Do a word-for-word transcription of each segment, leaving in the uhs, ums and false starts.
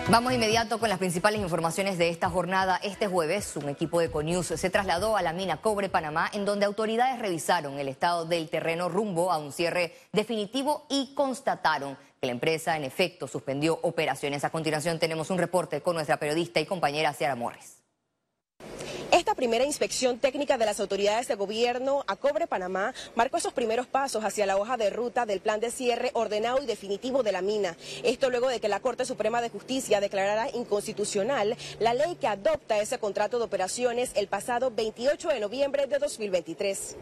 Vamos inmediato con las principales informaciones de esta jornada. Este jueves, un equipo de Econews se trasladó a la mina Cobre Panamá, en donde autoridades revisaron el estado del terreno rumbo a un cierre definitivo y constataron que la empresa, en efecto, suspendió operaciones. A continuación, tenemos un reporte con nuestra periodista y compañera Ciara Morris. Esta primera inspección técnica de las autoridades de gobierno a Cobre Panamá marcó esos primeros pasos hacia la hoja de ruta del plan de cierre ordenado y definitivo de la mina. Esto luego de que la Corte Suprema de Justicia declarara inconstitucional la ley que adopta ese contrato de operaciones el pasado veintiocho de noviembre de dos mil veintitrés.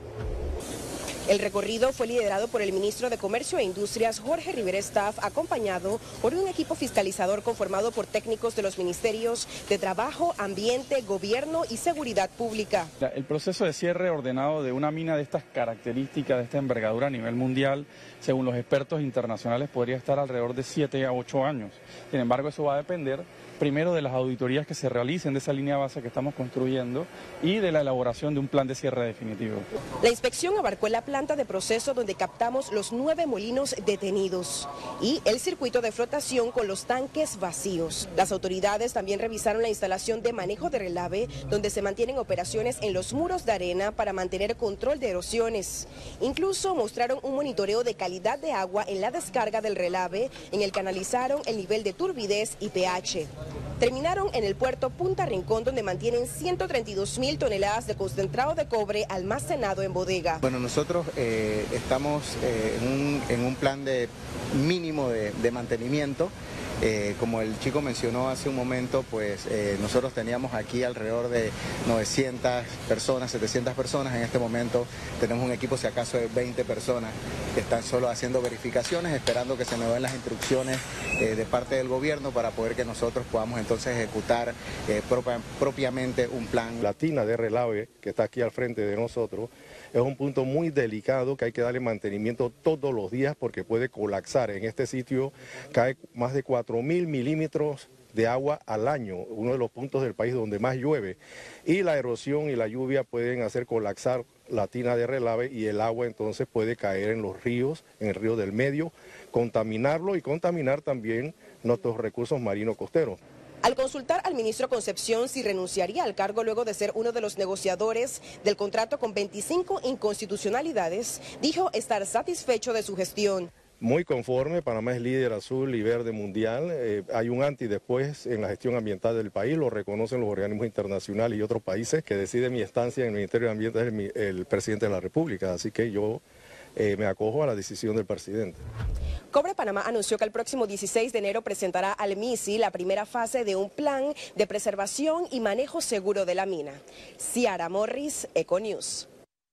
El recorrido fue liderado por el ministro de Comercio e Industrias, Jorge Rivera Staff, acompañado por un equipo fiscalizador conformado por técnicos de los ministerios de Trabajo, Ambiente, Gobierno y Seguridad Pública. El proceso de cierre ordenado de una mina de estas características, de esta envergadura a nivel mundial, según los expertos internacionales, podría estar alrededor de siete a ocho años. Sin embargo, eso va a depender primero de las auditorías que se realicen de esa línea base que estamos construyendo y de la elaboración de un plan de cierre definitivo. La inspección abarcó la planta de proceso donde captamos los nueve molinos detenidos y el circuito de flotación con los tanques vacíos. Las autoridades también revisaron la instalación de manejo de relave, donde se mantienen operaciones en los muros de arena para mantener control de erosiones. Incluso mostraron un monitoreo de calidad de agua en la descarga del relave, en el que analizaron el nivel de turbidez y pH. Terminaron en el puerto Punta Rincón, donde mantienen ciento treinta y dos mil toneladas de concentrado de cobre almacenado en bodega. Bueno, nosotros eh, estamos eh, en, un, en un plan de mínimo de, de mantenimiento. Eh, como el chico mencionó hace un momento, pues eh, nosotros teníamos aquí alrededor de novecientas personas, setecientas personas. En este momento tenemos un equipo, si acaso, de veinte personas que están solo haciendo verificaciones, esperando que se nos den las instrucciones eh, de parte del gobierno para poder que nosotros podamos entonces ejecutar eh, propia, propiamente un plan. La tina de relave que está aquí al frente de nosotros es un punto muy delicado que hay que darle mantenimiento todos los días porque puede colapsar. En este sitio cae más de cuatro mil milímetros de agua al año, uno de los puntos del país donde más llueve. Y la erosión y la lluvia pueden hacer colapsar la tina de relave y el agua entonces puede caer en los ríos, en el río del medio, contaminarlo y contaminar también nuestros recursos marinos costeros. Al consultar al ministro Concepción si renunciaría al cargo luego de ser uno de los negociadores del contrato con veinticinco inconstitucionalidades, dijo estar satisfecho de su gestión. Muy conforme, Panamá es líder azul y verde mundial, eh, hay un antes y después en la gestión ambiental del país, lo reconocen los organismos internacionales y otros países. Que decide mi estancia en el Ministerio de Ambiente es el, el presidente de la República, así que yo eh, me acojo a la decisión del presidente. Cobre Panamá anunció que el próximo dieciséis de enero presentará al M I S I la primera fase de un plan de preservación y manejo seguro de la mina. Ciara Morris, Econews.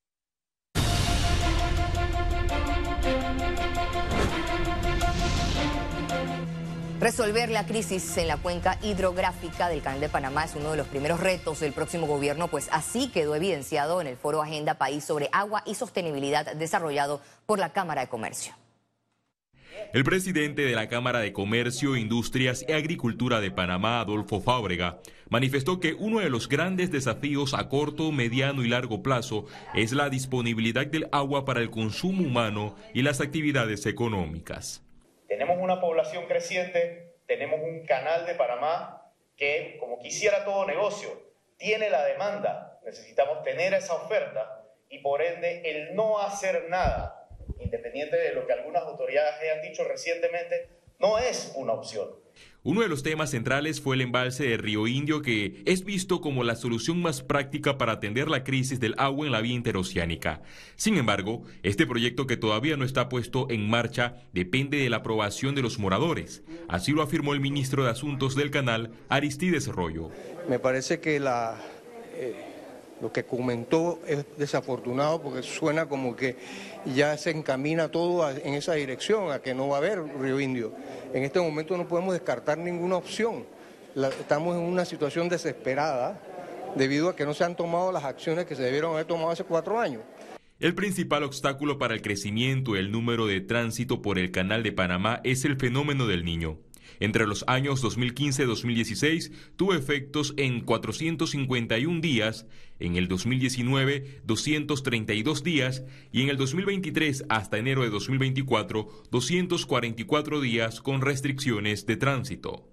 Resolver la crisis en la cuenca hidrográfica del Canal de Panamá es uno de los primeros retos del próximo gobierno, pues así quedó evidenciado en el foro Agenda País sobre Agua y Sostenibilidad desarrollado por la Cámara de Comercio. El presidente de la Cámara de Comercio, Industrias y Agricultura de Panamá, Adolfo Fábrega, manifestó que uno de los grandes desafíos a corto, mediano y largo plazo es la disponibilidad del agua para el consumo humano y las actividades económicas. Tenemos una población creciente, tenemos un canal de Panamá que, como quisiera todo negocio, tiene la demanda. Necesitamos tener esa oferta y, por ende, el no hacer nada, independiente de lo que algunas autoridades hayan dicho recientemente, no es una opción. Uno de los temas centrales fue el embalse de Río Indio, que es visto como la solución más práctica para atender la crisis del agua en la vía interoceánica. Sin embargo, este proyecto, que todavía no está puesto en marcha, depende de la aprobación de los moradores. Así lo afirmó el ministro de Asuntos del Canal, Aristides Royo. Me parece que la... Eh... Lo que comentó es desafortunado porque suena como que ya se encamina todo a, en esa dirección, a que no va a haber Río Indio. En este momento no podemos descartar ninguna opción. La, estamos en una situación desesperada debido a que no se han tomado las acciones que se debieron haber tomado hace cuatro años. El principal obstáculo para el crecimiento y el número de tránsito por el Canal de Panamá es el fenómeno del Niño. Entre los años dos mil quince y dos mil dieciséis tuvo efectos en cuatrocientos cincuenta y un días, en el dos mil diecinueve doscientos treinta y dos días y en el dos mil veintitrés hasta enero de dos mil veinticuatro doscientos cuarenta y cuatro días con restricciones de tránsito.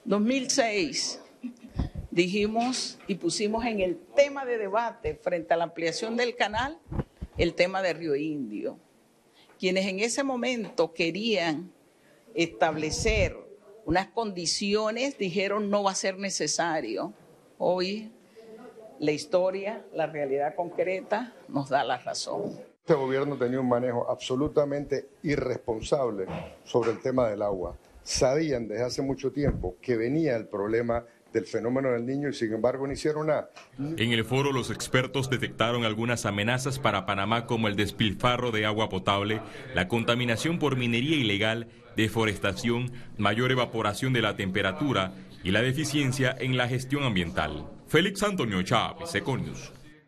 dos mil seis dijimos y pusimos en el tema de debate frente a la ampliación del canal el tema de Río Indio. Quienes en ese momento querían establecer unas condiciones dijeron no va a ser necesario. Hoy la historia, la realidad concreta nos da la razón. Este gobierno tenía un manejo absolutamente irresponsable sobre el tema del agua. Sabían desde hace mucho tiempo que venía el problema del fenómeno del Niño y sin embargo no hicieron nada. En el foro los expertos detectaron algunas amenazas para Panamá como el despilfarro de agua potable, la contaminación por minería ilegal, deforestación, mayor evaporación de la temperatura y la deficiencia en la gestión ambiental. Félix Antonio Chávez, Econius.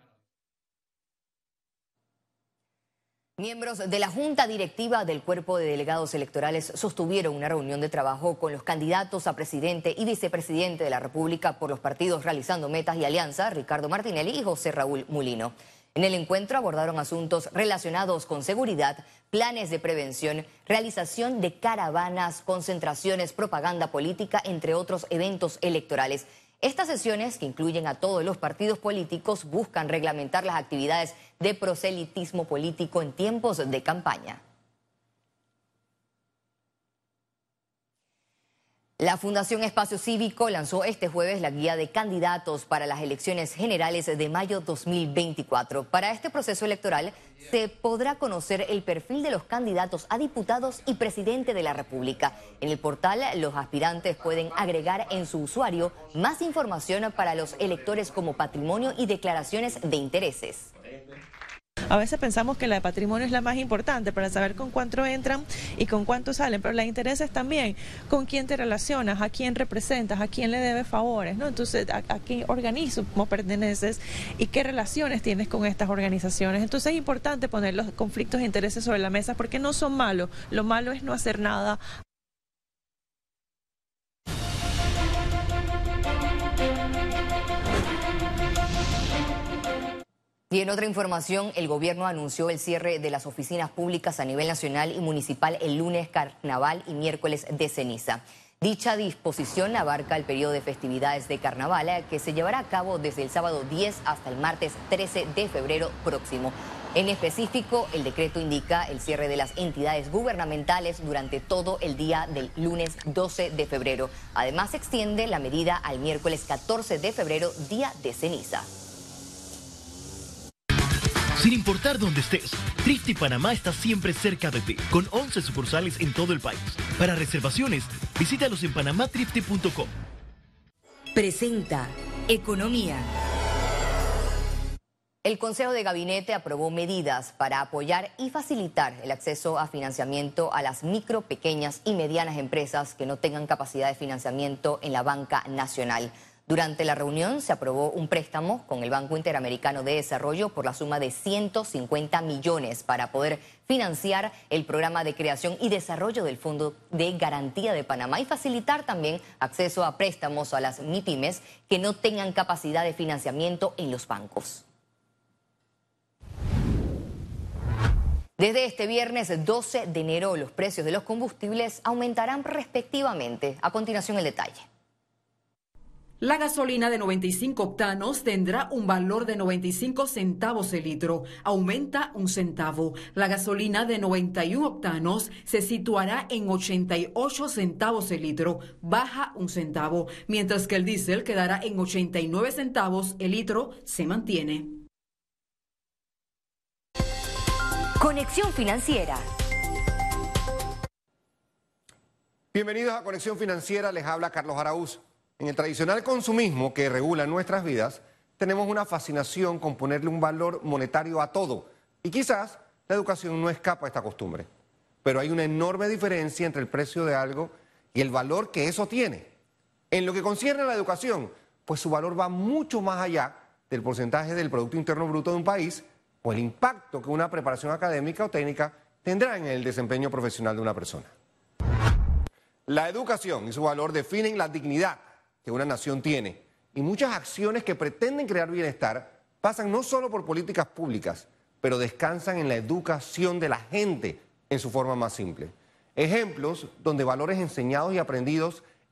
Miembros de la Junta Directiva del Cuerpo de Delegados Electorales sostuvieron una reunión de trabajo con los candidatos a presidente y vicepresidente de la República por los partidos Realizando Metas y Alianza, Ricardo Martinelli y José Raúl Mulino. En el encuentro abordaron asuntos relacionados con seguridad, planes de prevención, realización de caravanas, concentraciones, propaganda política, entre otros eventos electorales. Estas sesiones, que incluyen a todos los partidos políticos, buscan reglamentar las actividades de proselitismo político en tiempos de campaña. La Fundación Espacio Cívico lanzó este jueves la guía de candidatos para las elecciones generales de mayo dos mil veinticuatro. Para este proceso electoral se podrá conocer el perfil de los candidatos a diputados y presidente de la República. En el portal, los aspirantes pueden agregar en su usuario más información para los electores como patrimonio y declaraciones de intereses. A veces pensamos que la de patrimonio es la más importante para saber con cuánto entran y con cuánto salen, pero la de intereses también, con quién te relacionas, a quién representas, a quién le debes favores, ¿no? Entonces, a, a qué organismo perteneces y qué relaciones tienes con estas organizaciones. Entonces es importante poner los conflictos de intereses sobre la mesa porque no son malos, lo malo es no hacer nada. Y en otra información, el gobierno anunció el cierre de las oficinas públicas a nivel nacional y municipal el lunes carnaval y miércoles de ceniza. Dicha disposición abarca el periodo de festividades de carnaval que se llevará a cabo desde el sábado diez hasta el martes trece de febrero próximo. En específico, el decreto indica el cierre de las entidades gubernamentales durante todo el día del lunes doce de febrero. Además, se extiende la medida al miércoles catorce de febrero, día de ceniza. Sin importar dónde estés, Trifte Panamá está siempre cerca de ti, con once sucursales en todo el país. Para reservaciones, visítalos en panamá trifte punto com. Presenta Economía. El Consejo de Gabinete aprobó medidas para apoyar y facilitar el acceso a financiamiento a las micro, pequeñas y medianas empresas que no tengan capacidad de financiamiento en la banca nacional. Durante la reunión se aprobó un préstamo con el Banco Interamericano de Desarrollo por la suma de ciento cincuenta millones para poder financiar el programa de creación y desarrollo del Fondo de Garantía de Panamá y facilitar también acceso a préstamos a las MIPYMES que no tengan capacidad de financiamiento en los bancos. Desde este viernes doce de enero los precios de los combustibles aumentarán respectivamente. A continuación el detalle. La gasolina de noventa y cinco octanos tendrá un valor de noventa y cinco centavos el litro, aumenta un centavo. La gasolina de noventa y uno octanos se situará en ochenta y ocho centavos el litro, baja un centavo, mientras que el diésel quedará en ochenta y nueve centavos el litro, se mantiene. Conexión Financiera. Bienvenidos a Conexión Financiera, les habla Carlos Araúz. En el tradicional consumismo que regula nuestras vidas, tenemos una fascinación con ponerle un valor monetario a todo. Y quizás la educación no escapa a esta costumbre. Pero hay una enorme diferencia entre el precio de algo y el valor que eso tiene. En lo que concierne a la educación, pues su valor va mucho más allá del porcentaje del Producto Interno Bruto de un país o el impacto que una preparación académica o técnica tendrá en el desempeño profesional de una persona. La educación y su valor definen la dignidad que una nación tiene, y muchas acciones que pretenden crear bienestar pasan no solo por políticas públicas, pero descansan en la educación de la gente en su forma más simple. Ejemplos donde valores enseñados y aprendidos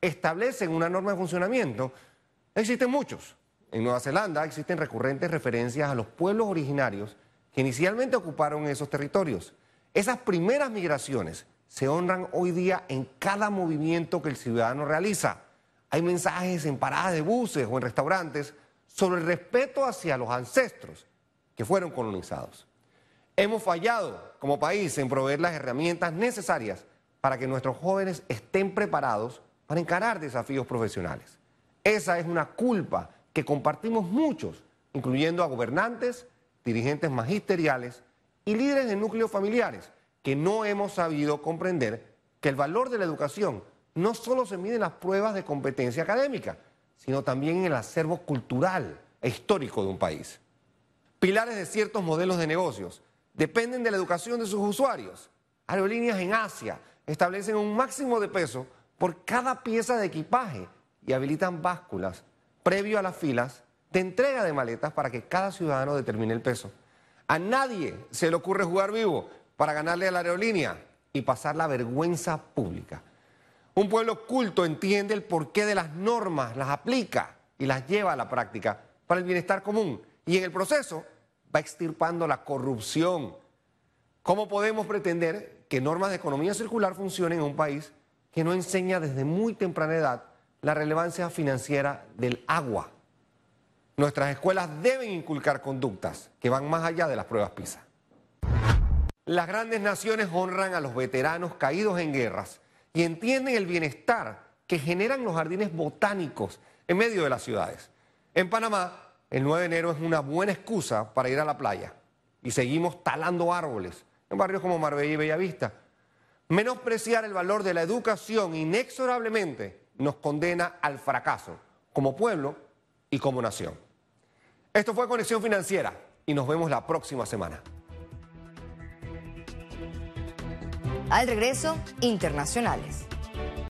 establecen una norma de funcionamiento, existen muchos. En Nueva Zelanda existen recurrentes referencias a los pueblos originarios que inicialmente ocuparon esos territorios. Esas primeras migraciones se honran hoy día en cada movimiento que el ciudadano realiza. Hay mensajes en paradas de buses o en restaurantes sobre el respeto hacia los ancestros que fueron colonizados. Hemos fallado como país en proveer las herramientas necesarias para que nuestros jóvenes estén preparados para encarar desafíos profesionales. Esa es una culpa que compartimos muchos, incluyendo a gobernantes, dirigentes magisteriales y líderes de núcleos familiares, que no hemos sabido comprender que el valor de la educación no solo se mide en las pruebas de competencia académica, sino también en el acervo cultural e histórico de un país. Pilares de ciertos modelos de negocios dependen de la educación de sus usuarios. Aerolíneas en Asia establecen un máximo de peso por cada pieza de equipaje y habilitan básculas previo a las filas de entrega de maletas para que cada ciudadano determine el peso. A nadie se le ocurre jugar vivo para ganarle a la aerolínea y pasar la vergüenza pública. Un pueblo culto entiende el porqué de las normas, las aplica y las lleva a la práctica para el bienestar común y en el proceso va extirpando la corrupción. ¿Cómo podemos pretender que normas de economía circular funcionen en un país que no enseña desde muy temprana edad la relevancia financiera del agua? Nuestras escuelas deben inculcar conductas que van más allá de las pruebas PISA. Las grandes naciones honran a los veteranos caídos en guerras y entienden el bienestar que generan los jardines botánicos en medio de las ciudades. En Panamá, el nueve de enero es una buena excusa para ir a la playa y seguimos talando árboles en barrios como Marbella y Bellavista. Menospreciar el valor de la educación inexorablemente nos condena al fracaso como pueblo y como nación. Esto fue Conexión Financiera y nos vemos la próxima semana. Al regreso, internacionales.